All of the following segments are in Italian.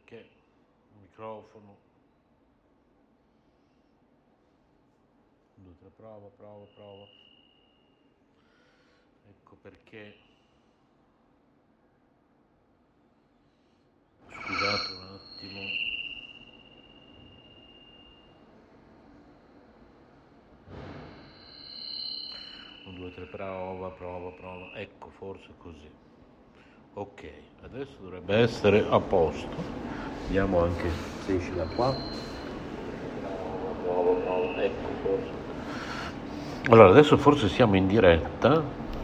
perché il microfono. 1, 2, 3, prova. Ecco perché. Scusate un attimo. 1, 2, 3, prova. Ecco, forse così. Ok, adesso dovrebbe essere a posto. Vediamo anche se esce da qua. Prova. Ecco, forse. Allora, adesso forse siamo in diretta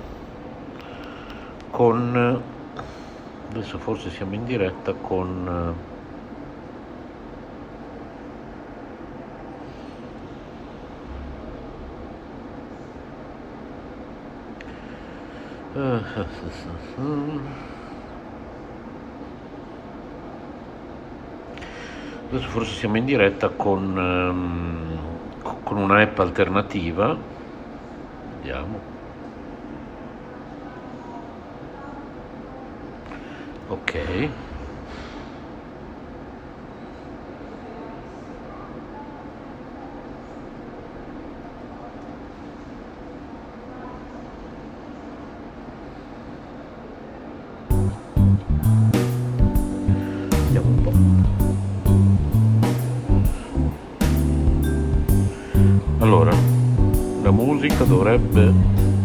con. Adesso forse siamo in diretta con. Adesso forse siamo in diretta con un'app alternativa. Vediamo. Ok. Vediamo un po'. Allora, la musica dovrebbe.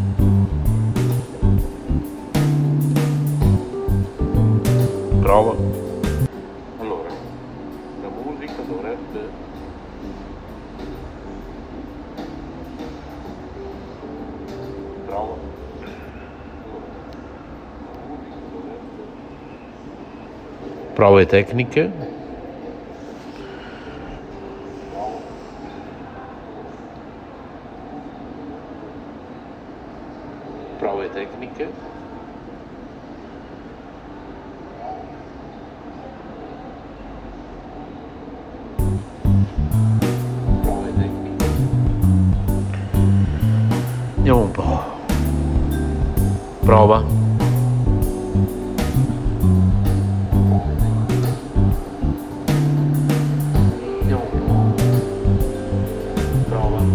Prova. Allora, la musica dovrebbe. Prova. Prove tecniche. Prove tecniche. Prove tecniche. Andiamo un po'. Prova. Andiamo un po'. Prova.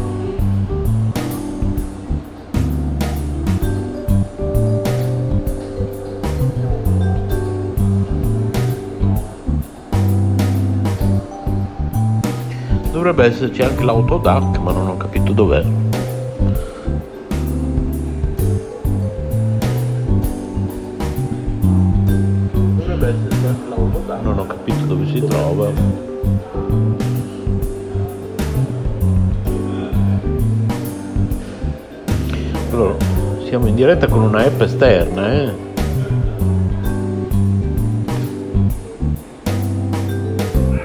Dovrebbe esserci anche l'autodac, ma non ho capito dov'è. Dovrebbe esserci anche l'autodac, non ho capito dove si trova. Allora, siamo in diretta con una app esterna,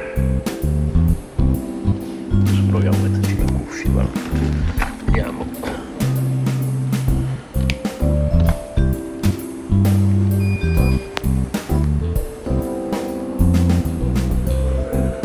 Proviamo a metterci le cuffie, guarda. Vediamo.